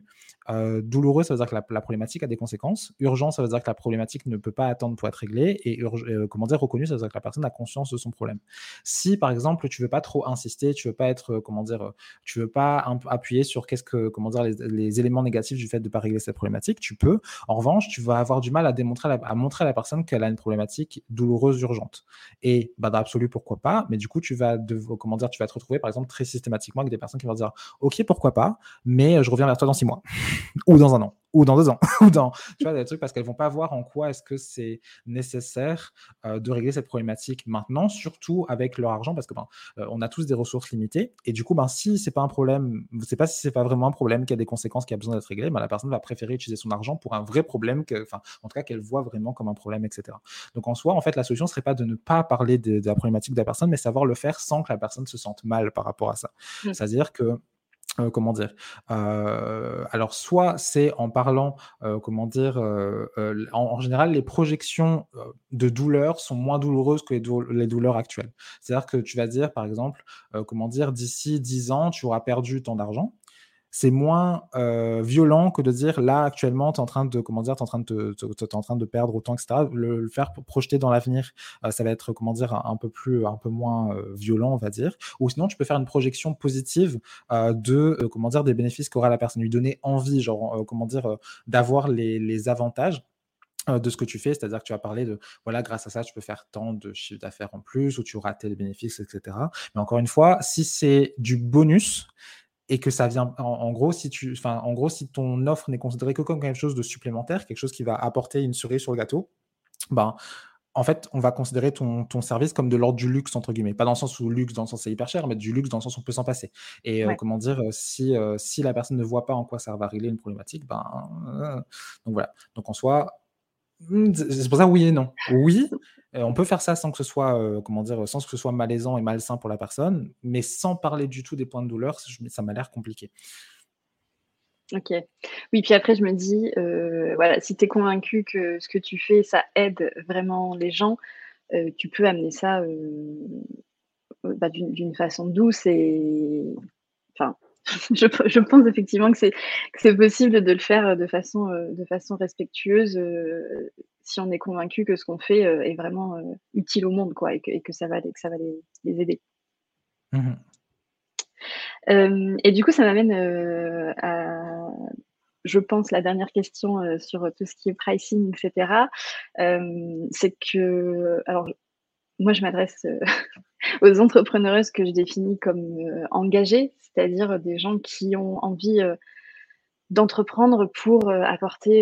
Douloureux, ça veut dire que la problématique a des conséquences. Urgent, ça veut dire que la problématique ne peut pas attendre pour être réglée. Et reconnu, ça veut dire que la personne a conscience de son problème. Si, par exemple, tu veux pas trop insister, tu veux pas être, tu veux pas appuyer sur les éléments négatifs du fait de ne pas régler cette problématique, tu peux. En revanche, tu vas avoir du mal à montrer à la personne qu'elle a une problématique douloureuse, urgente. Et dans l'absolu, pourquoi pas, mais du coup, tu vas te retrouver, par exemple, très systématiquement avec des personnes qui vont dire OK, pourquoi pas, mais je reviens vers toi dans 6 mois, ou dans 1 an, ou dans 2 ans, tu vois, des trucs parce qu'elles vont pas voir en quoi est-ce que c'est nécessaire de régler cette problématique maintenant, surtout avec leur argent, parce que on a tous des ressources limitées, et du coup, si c'est pas un problème, si c'est pas vraiment un problème qui a des conséquences, qui a besoin d'être réglé, la personne va préférer utiliser son argent pour un vrai problème, en tout cas qu'elle voit vraiment comme un problème, etc. Donc en soi, en fait, la solution serait pas de ne pas parler de la problématique de la personne, mais savoir le faire sans que la personne se sente mal par rapport à ça. C'est-à-dire que alors soit c'est en parlant, en général, les projections de douleur sont moins douloureuses que les douleurs actuelles. C'est-à-dire que tu vas dire, par exemple, d'ici 10 ans, tu auras perdu tant d'argent. C'est moins violent que de dire là actuellement tu es en train de t'es en train de perdre autant, etc. Le faire projeter dans l'avenir, ça va être un peu moins violent, on va dire. Ou sinon tu peux faire une projection positive des bénéfices qu'aura la personne, lui donner envie, d'avoir les avantages de ce que tu fais, c'est-à-dire que tu vas parler de voilà, grâce à ça, tu peux faire tant de chiffre d'affaires en plus, ou tu auras tel bénéfice, etc. Mais encore une fois, si c'est du bonus et que ça vient, en gros, si ton offre n'est considérée que comme quelque chose de supplémentaire, quelque chose qui va apporter une cerise sur le gâteau, en fait, on va considérer ton service comme de l'ordre du luxe, entre guillemets. Pas dans le sens où luxe, dans le sens c'est hyper cher, mais du luxe dans le sens où on peut s'en passer. Et
Ouais.
si la personne ne voit pas en quoi ça va régler une problématique, donc voilà. Donc en soi, c'est pour ça oui et non. Oui, on peut faire ça sans que ce soit, sans que ce soit malaisant et malsain pour la personne, mais sans parler du tout des points de douleur, ça m'a l'air compliqué.
OK. Oui, puis après je me dis, voilà, si tu es convaincu que ce que tu fais, ça aide vraiment les gens, tu peux amener ça, d'une façon douce et enfin, je pense effectivement que c'est possible de le faire, de façon respectueuse, si on est convaincu que ce qu'on fait, est vraiment, utile au monde quoi et que ça va les aider.
Mmh.
Et du coup ça m'amène, à je pense la dernière question, sur tout ce qui est pricing et cetera. C'est que alors moi je m'adresse, aux entrepreneureuses que je définis comme, engagées, c'est-à-dire des gens qui ont envie, d'entreprendre pour, apporter,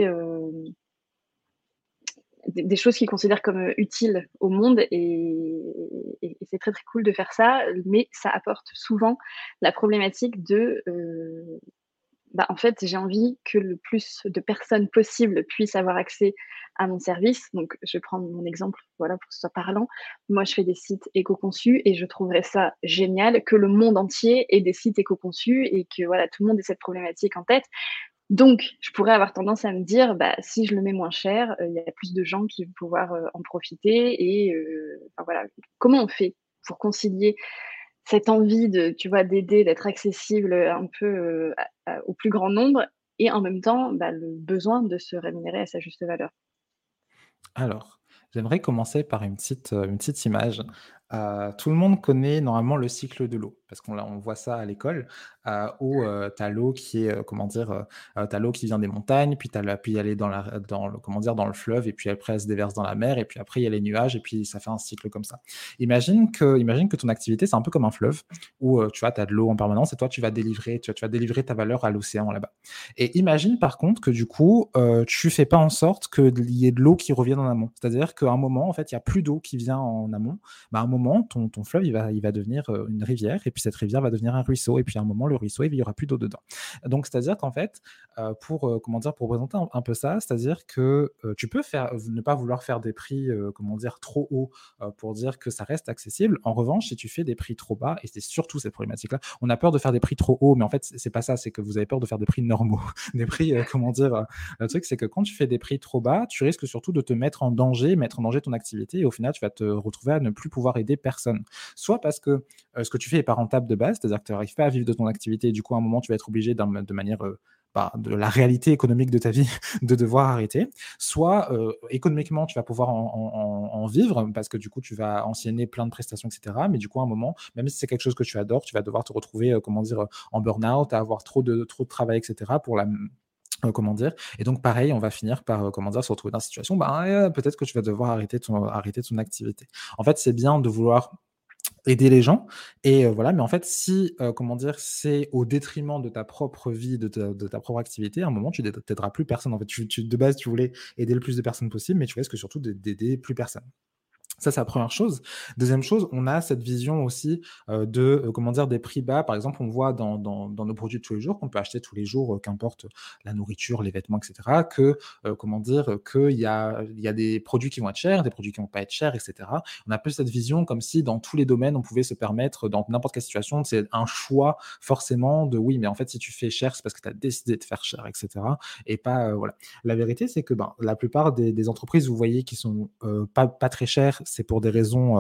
des choses qu'ils considèrent comme, utiles au monde et c'est très, très cool de faire ça, mais ça apporte souvent la problématique de, en fait, j'ai envie que le plus de personnes possible puissent avoir accès à mon service. Donc, je vais prendre mon exemple, voilà, pour que ce soit parlant. Moi, je fais des sites éco-conçus et je trouverais ça génial que le monde entier ait des sites éco-conçus et que, voilà, tout le monde ait cette problématique en tête. Donc, je pourrais avoir tendance à me dire, si je le mets moins cher, il y a plus de gens qui vont pouvoir, en profiter et enfin, voilà. Comment on fait pour concilier cette envie de, tu vois, d'aider, d'être accessible, un peu, au plus grand nombre et en même temps, le besoin de se rémunérer à sa juste valeur.
Alors, j'aimerais commencer par une petite image. Tout le monde connaît normalement le cycle de l'eau, parce on voit ça à l'école, où tu as l'eau qui est, tu l'eau qui vient des montagnes, puis elle est dans le fleuve, et puis après elle se déverse dans la mer, et puis après il y a les nuages, et puis ça fait un cycle comme ça. Imagine que ton activité, c'est un peu comme un fleuve, où tu vois, tu as de l'eau en permanence, et toi tu vas délivrer ta valeur à l'océan là-bas. Et imagine par contre que du coup, tu fais pas en sorte qu'il y ait de l'eau qui revienne en amont. C'est-à-dire qu'à un moment, en fait, il y a plus d'eau qui vient en amont. À un moment, ton fleuve, il va devenir une rivière, et puis cette rivière va devenir un ruisseau, et puis à un moment, le ruisseau, il y aura plus d'eau dedans. Donc, c'est-à-dire qu'en fait, pour présenter un peu ça, c'est-à-dire que tu peux ne pas vouloir faire des prix, trop hauts, pour dire que ça reste accessible. En revanche, si tu fais des prix trop bas, et c'est surtout cette problématique-là, on a peur de faire des prix trop hauts, mais en fait, c'est pas ça, c'est que vous avez peur de faire des prix normaux. Des prix, le truc, c'est que quand tu fais des prix trop bas, tu risques surtout de te mettre en danger ton activité, et au final, tu vas te retrouver à ne plus pouvoir aider personne. Soit parce que ce que tu fais est pas rentable de base, c'est-à-dire que tu n'arrives pas à vivre de ton activité, et du coup, à un moment, tu vas être obligé de manière de la réalité économique de ta vie de devoir arrêter. Soit économiquement, tu vas pouvoir en vivre parce que du coup, tu vas enchaîner plein de prestations, etc. Mais du coup, à un moment, même si c'est quelque chose que tu adores, tu vas devoir te retrouver, en burn-out, à avoir trop de travail, etc. pour comment dire. Et donc, pareil, on va finir par, se retrouver dans une situation, peut-être que tu vas devoir arrêter ton activité. En fait, c'est bien de vouloir aider les gens et voilà, mais en fait, si, c'est au détriment de ta propre vie, de ta propre activité, à un moment, tu n'aideras plus personne. En fait, de base, tu voulais aider le plus de personnes possible, mais tu risques surtout d'aider plus personne. Ça, c'est la première chose. Deuxième chose, on a cette vision aussi des prix bas. Par exemple, on voit dans nos produits de tous les jours qu'on peut acheter tous les jours, qu'importe la nourriture, les vêtements, etc., qu'il y a des produits qui vont être chers, des produits qui vont pas être chers, etc. On a un peu cette vision comme si dans tous les domaines, on pouvait se permettre, dans n'importe quelle situation, c'est un choix forcément de oui, mais en fait, si tu fais cher, c'est parce que tu as décidé de faire cher, etc. Et pas, voilà. La vérité, c'est que la plupart des entreprises, vous voyez, qui sont pas très chères, c'est pour des raisons,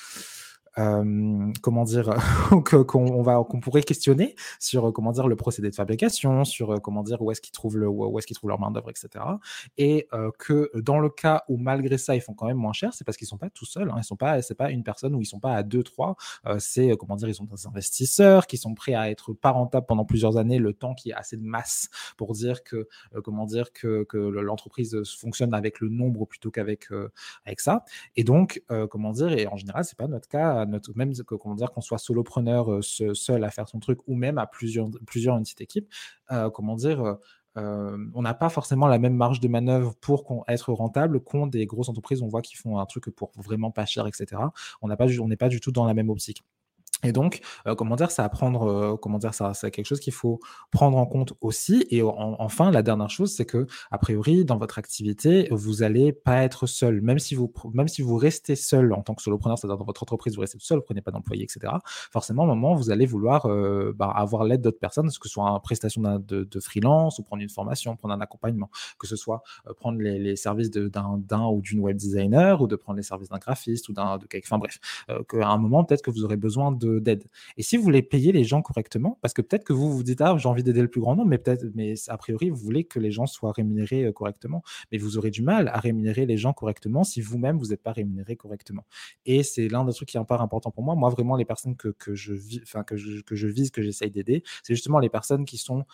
qu'on pourrait questionner sur le procédé de fabrication, sur où est-ce qu'ils trouvent leur main d'œuvre, etc. Et que dans le cas où malgré ça ils font quand même moins cher, c'est parce qu'ils sont pas tout seuls. C'est pas une personne, ou ils sont pas à deux, trois. Ils sont des investisseurs qui sont prêts à être pas rentables pendant plusieurs années, le temps qu'il y a assez de masse pour dire que l'entreprise fonctionne avec le nombre plutôt qu'avec avec ça. Et donc, et en général, c'est pas notre cas, même qu'on soit solopreneur, seul à faire son truc, ou même à plusieurs une petite équipe, on n'a pas forcément la même marge de manœuvre pour être rentable qu'ont des grosses entreprises. On voit qu'ils font un truc pour vraiment pas cher, etc. On n'est pas du tout dans la même optique. Et donc, ça à prendre, c'est quelque chose qu'il faut prendre en compte aussi. Et enfin, la dernière chose, c'est que a priori, dans votre activité, vous allez pas être seul. Même si vous restez seul en tant que solopreneur, c'est-à-dire dans votre entreprise, vous restez seul, vous prenez pas d'employés, etc. Forcément, à un moment, vous allez vouloir avoir l'aide d'autres personnes, que ce soit en prestation de freelance, ou prendre une formation, prendre un accompagnement, que ce soit prendre les services d'un ou d'une web designer, ou de prendre les services d'un graphiste, ou de quelqu'un. Enfin bref, qu'à un moment, peut-être que vous aurez besoin d'aide. Et si vous voulez payer les gens correctement, parce que peut-être que vous vous dites j'ai envie d'aider le plus grand nombre, mais a priori vous voulez que les gens soient rémunérés correctement, mais vous aurez du mal à rémunérer les gens correctement si vous-même vous n'êtes pas rémunéré correctement. Et c'est l'un des trucs qui est hyper important pour moi. Moi, vraiment, les personnes que je vise, que j'essaye d'aider, c'est justement les personnes qui sont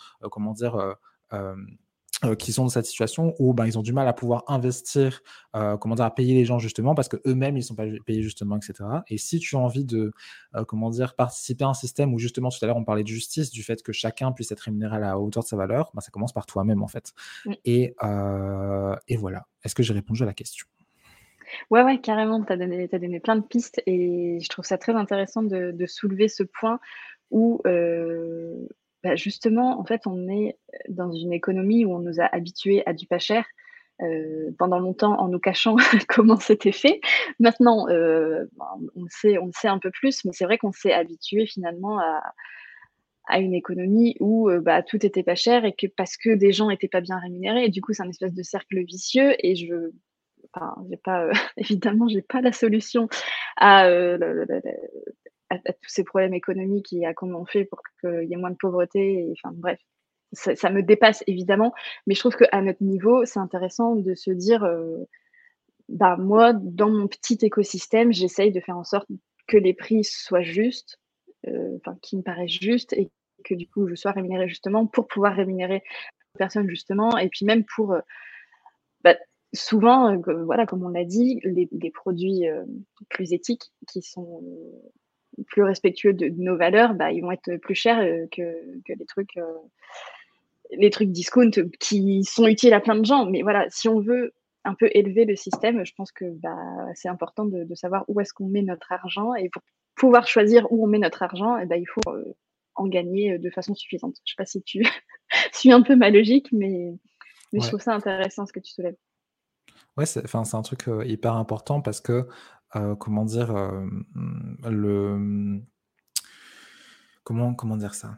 qui sont dans cette situation où ils ont du mal à pouvoir investir, à payer les gens justement parce qu'eux-mêmes, ils ne sont pas payés justement, etc. Et si tu as envie de participer à un système où justement, tout à l'heure, on parlait de justice, du fait que chacun puisse être rémunéré à la hauteur de sa valeur, ça commence par toi-même en fait.
Oui.
Et voilà. Est-ce que j'ai répondu à la question?
Ouais, carrément, tu as donné plein de pistes et je trouve ça très intéressant de soulever ce point où, justement, en fait, on est dans une économie où on nous a habitués à du pas cher, pendant longtemps en nous cachant comment c'était fait. Maintenant, on le sait un peu plus, mais c'est vrai qu'on s'est habitué finalement à une économie où, tout était pas cher et que parce que des gens étaient pas bien rémunérés et du coup, c'est un espèce de cercle vicieux et j'ai pas, évidemment, j'ai pas la solution à, le à tous ces problèmes économiques et à comment on fait pour qu'il y ait moins de pauvreté et enfin bref, ça me dépasse évidemment, mais je trouve qu'à notre niveau, c'est intéressant de se dire, moi, dans mon petit écosystème, j'essaye de faire en sorte que les prix soient justes, qui me paraissent justes et que du coup, je sois rémunérée justement pour pouvoir rémunérer les personnes justement et puis même pour, bah, souvent, comme on l'a dit, les produits, plus éthiques qui sont plus respectueux de nos valeurs, ils vont être plus chers, que les trucs discount qui sont utiles à plein de gens. Mais voilà, si on veut un peu élever le système, je pense que, c'est important de savoir où est-ce qu'on met notre argent et pour pouvoir choisir où on met notre argent il faut, en gagner, de façon suffisante. Je sais pas si tu suis un peu ma logique, mais je
Ouais.
trouve ça intéressant ce que tu soulèves.
Ouais, c'est un truc hyper important parce que, comment dire ça?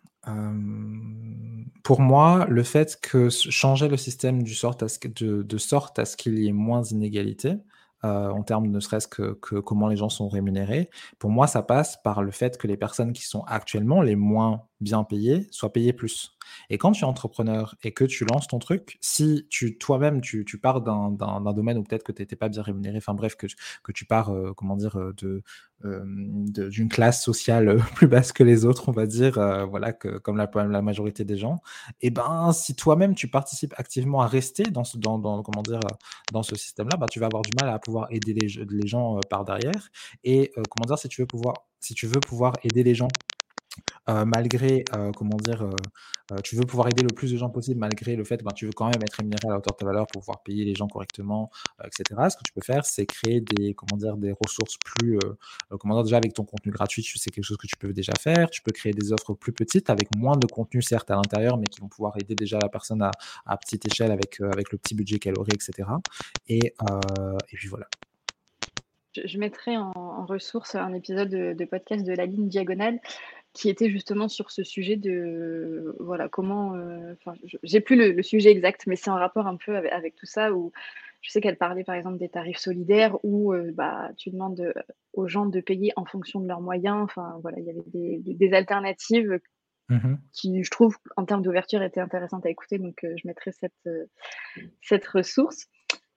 Pour moi, le fait que changer le système de sorte à ce qu'il y ait moins d'inégalités, en termes ne serait-ce que comment les gens sont rémunérés, pour moi, ça passe par le fait que les personnes qui sont actuellement les moins bien payé, soit payé plus. Et quand tu es entrepreneur et que tu lances ton truc, si toi-même, tu pars d'un domaine où peut-être que tu n'étais pas bien rémunéré, enfin bref, que tu pars, comment dire, d'une classe sociale plus basse que les autres, on va dire, voilà, comme la majorité des gens, et ben, si toi-même tu participes activement à rester comment dire, dans ce système-là, bah, tu vas avoir du mal à pouvoir aider les gens par derrière. Et comment dire, si tu veux pouvoir aider les gens malgré, comment dire, tu veux pouvoir aider le plus de gens possible malgré le fait que, ben, tu veux quand même être rémunéré à la hauteur de ta valeur pour pouvoir payer les gens correctement, et cetera. Ce que tu peux faire, c'est créer comment dire, des ressources plus, comment dire, déjà avec ton contenu gratuit, c'est quelque chose que tu peux déjà faire. Tu peux créer des offres plus petites avec moins de contenu certes à l'intérieur, mais qui vont pouvoir aider déjà la personne à petite échelle avec le petit budget qu'elle aurait, et cetera. Et puis voilà.
Je mettrai en ressource un épisode de podcast de La Ligne Diagonale qui était justement sur ce sujet de voilà comment, enfin, j'ai plus le sujet exact, mais c'est en rapport un peu avec tout ça où je sais qu'elle parlait par exemple des tarifs solidaires où bah, tu demandes aux gens de payer en fonction de leurs moyens. Enfin voilà, il y avait des alternatives
Mmh.
qui, je trouve, en termes d'ouverture, étaient intéressantes à écouter. Donc je mettrai cette ressource.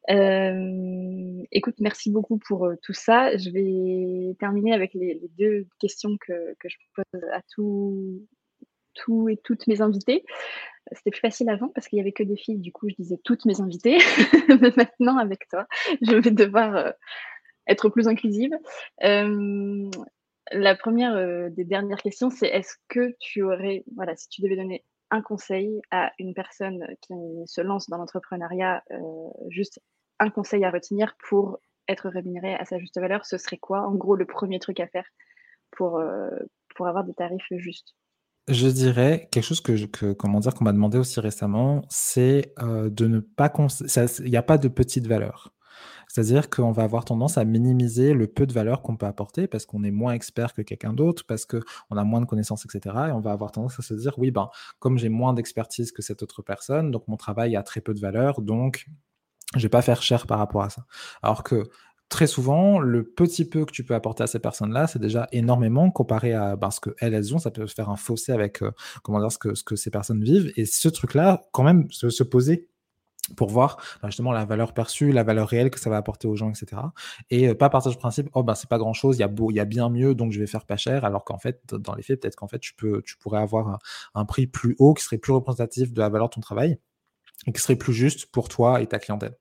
Écoute, merci beaucoup pour tout ça. Je vais terminer avec les deux questions que je pose à tous et toutes mes invités. C'était plus facile avant parce qu'il y avait que des filles, du coup, je disais toutes mes invitées. Mais maintenant, avec toi, je vais devoir être plus inclusive. Euh, la première des dernières questions, c'est est-ce que tu aurais, voilà, si tu devais donner un conseil à une personne qui se lance dans l'entrepreneuriat, juste un conseil à retenir pour être rémunéré à sa juste valeur, ce serait quoi, en gros, le premier truc à faire pour, euh, pour avoir des tarifs justes?
Je dirais quelque chose comment dire, qu'on m'a demandé aussi récemment, c'est, de ne pas il y a pas de petite valeur. C'est-à-dire qu'on va avoir tendance à minimiser le peu de valeur qu'on peut apporter parce qu'on est moins expert que quelqu'un d'autre, parce qu'on a moins de connaissances, et cetera, et on va avoir tendance à se dire: «Oui, ben, comme j'ai moins d'expertise que cette autre personne, donc mon travail a très peu de valeur, donc je vais pas faire cher par rapport à ça». Alors que très souvent, le petit peu que tu peux apporter à ces personnes-là, c'est déjà énormément comparé à, ben, ce qu'elles, elles ont. Ça peut faire un fossé avec, comment dire? Ce que ces personnes vivent, et ce truc-là, quand même se poser pour voir, bah, justement la valeur perçue, la valeur réelle que ça va apporter aux gens, et cetera, et pas partir du principe: «Oh, ben, c'est pas grand-chose, il y a bien mieux, donc je vais faire pas cher», alors qu'en fait, dans les faits, peut-être qu'en fait, tu pourrais avoir un prix plus haut qui serait plus représentatif de la valeur de ton travail et qui serait plus juste pour toi et ta clientèle.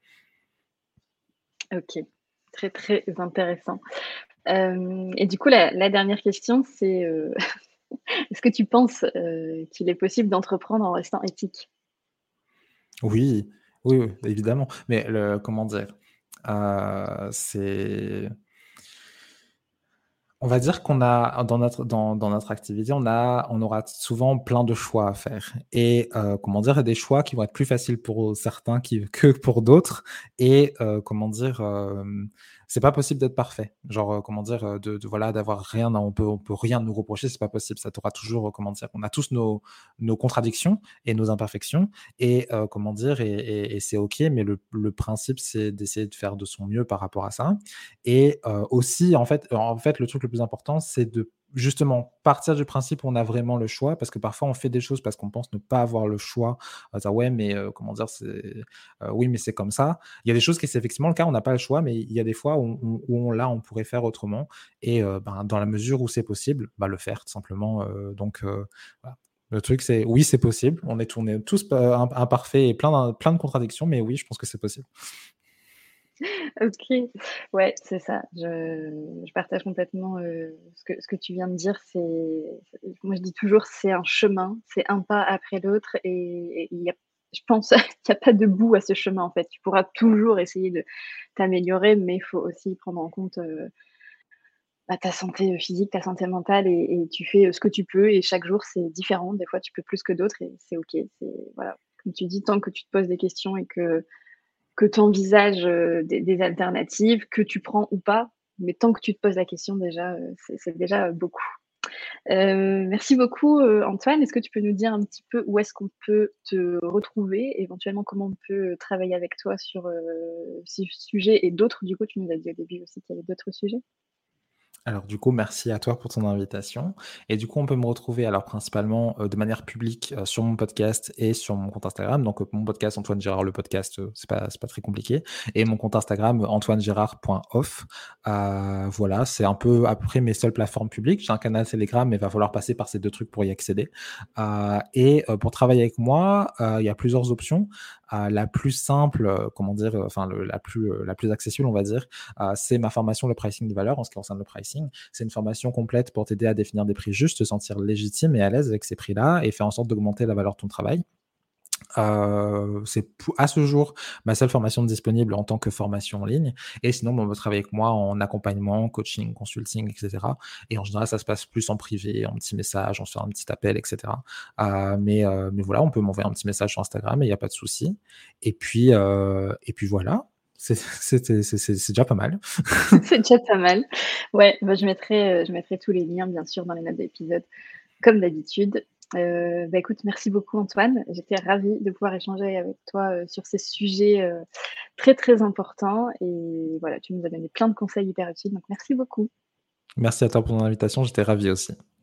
Ok, très très intéressant. Et du coup, la dernière question, c'est est-ce que tu penses qu'il est possible d'entreprendre en restant éthique?
Oui, oui, oui, évidemment, mais comment dire? C'est On va dire qu'on a dans notre activité, on aura souvent plein de choix à faire, et comment dire? Des choix qui vont être plus faciles pour certains que pour d'autres, et comment dire? C'est pas possible d'être parfait. Genre, comment dire? De voilà, d'avoir rien, on peut rien nous reprocher, c'est pas possible. Ça tu toujours, comment dire? On a tous nos contradictions et nos imperfections, et comment dire? Et c'est OK, mais le principe, c'est d'essayer de faire de son mieux par rapport à ça. Et aussi, le truc le plus important, c'est de justement partir du principe où on a vraiment le choix, parce que parfois on fait des choses parce qu'on pense ne pas avoir le choix. On va dire: «Ouais, mais comment dire? Oui, mais c'est comme ça». Il y a des choses qui c'est effectivement le cas, on n'a pas le choix, mais il y a des fois on pourrait faire autrement, et ben, dans la mesure où c'est possible, bah, le faire tout simplement, voilà. Le truc, c'est oui, c'est possible. On est tous imparfaits et plein de contradictions, mais oui, je pense que c'est possible.
OK. Ouais, c'est ça. Je partage complètement, ce que tu viens de dire. Moi, je dis toujours: «C'est un chemin, c'est un pas après l'autre» et il y a je pense qu'il y a pas de bout à ce chemin, en fait. Tu pourras toujours essayer de t'améliorer, mais il faut aussi prendre en compte, bah, ta santé, physique, ta santé mentale et tu fais, ce que tu peux et chaque jour, c'est différent. Des fois, tu peux plus que d'autres et c'est OK. C'est voilà, comme tu dis, tant que tu te poses des questions et que tu envisages, des alternatives, que tu prends ou pas, mais tant que tu te poses la question déjà, c'est déjà, beaucoup. Merci beaucoup, Antoine. Est-ce que tu peux nous dire un petit peu où est-ce qu'on peut te retrouver? Éventuellement, comment on peut travailler avec toi sur, ce sujet et d'autres? Du coup, tu nous as dit au début aussi qu'il y avait d'autres sujets.
Alors du coup, merci à toi pour ton invitation et du coup, on peut me retrouver alors principalement, de manière publique, sur mon podcast et sur mon compte Instagram. Donc, mon podcast Antoine Gérard le podcast, c'est pas très compliqué et mon compte Instagram antoinegérard.off. Voilà, c'est un peu à peu près mes seules plateformes publiques. J'ai un canal Telegram, mais il va falloir passer par ces 2 trucs pour y accéder. Pour travailler avec moi, il y a plusieurs options. La plus simple, comment dire? Enfin la plus accessible, on va dire, c'est ma formation Le pricing de valeur en ce qui concerne le pricing. C'est une formation complète pour t'aider à définir des prix justes, te sentir légitime et à l'aise avec ces prix-là et faire en sorte d'augmenter la valeur de ton travail. C'est à ce jour ma seule formation disponible en tant que formation en ligne et sinon, on peut travailler avec moi en accompagnement, coaching, consulting et cetera et en général, ça se passe plus en privé, en petits messages, on se fait un petit appel et cetera. Mais voilà, on peut m'envoyer un petit message sur Instagram et il y a pas de souci et puis voilà, c'est déjà pas mal.
C'est déjà pas mal. Ouais, bah, je mettrai tous les liens bien sûr dans les notes d'épisode comme d'habitude. Bah, écoute, merci beaucoup Antoine. J'étais ravie de pouvoir échanger avec toi, sur ces sujets, très, très importants et voilà, tu nous as donné plein de conseils hyper utiles, donc merci beaucoup.
Merci à toi pour ton invitation, j'étais ravi aussi.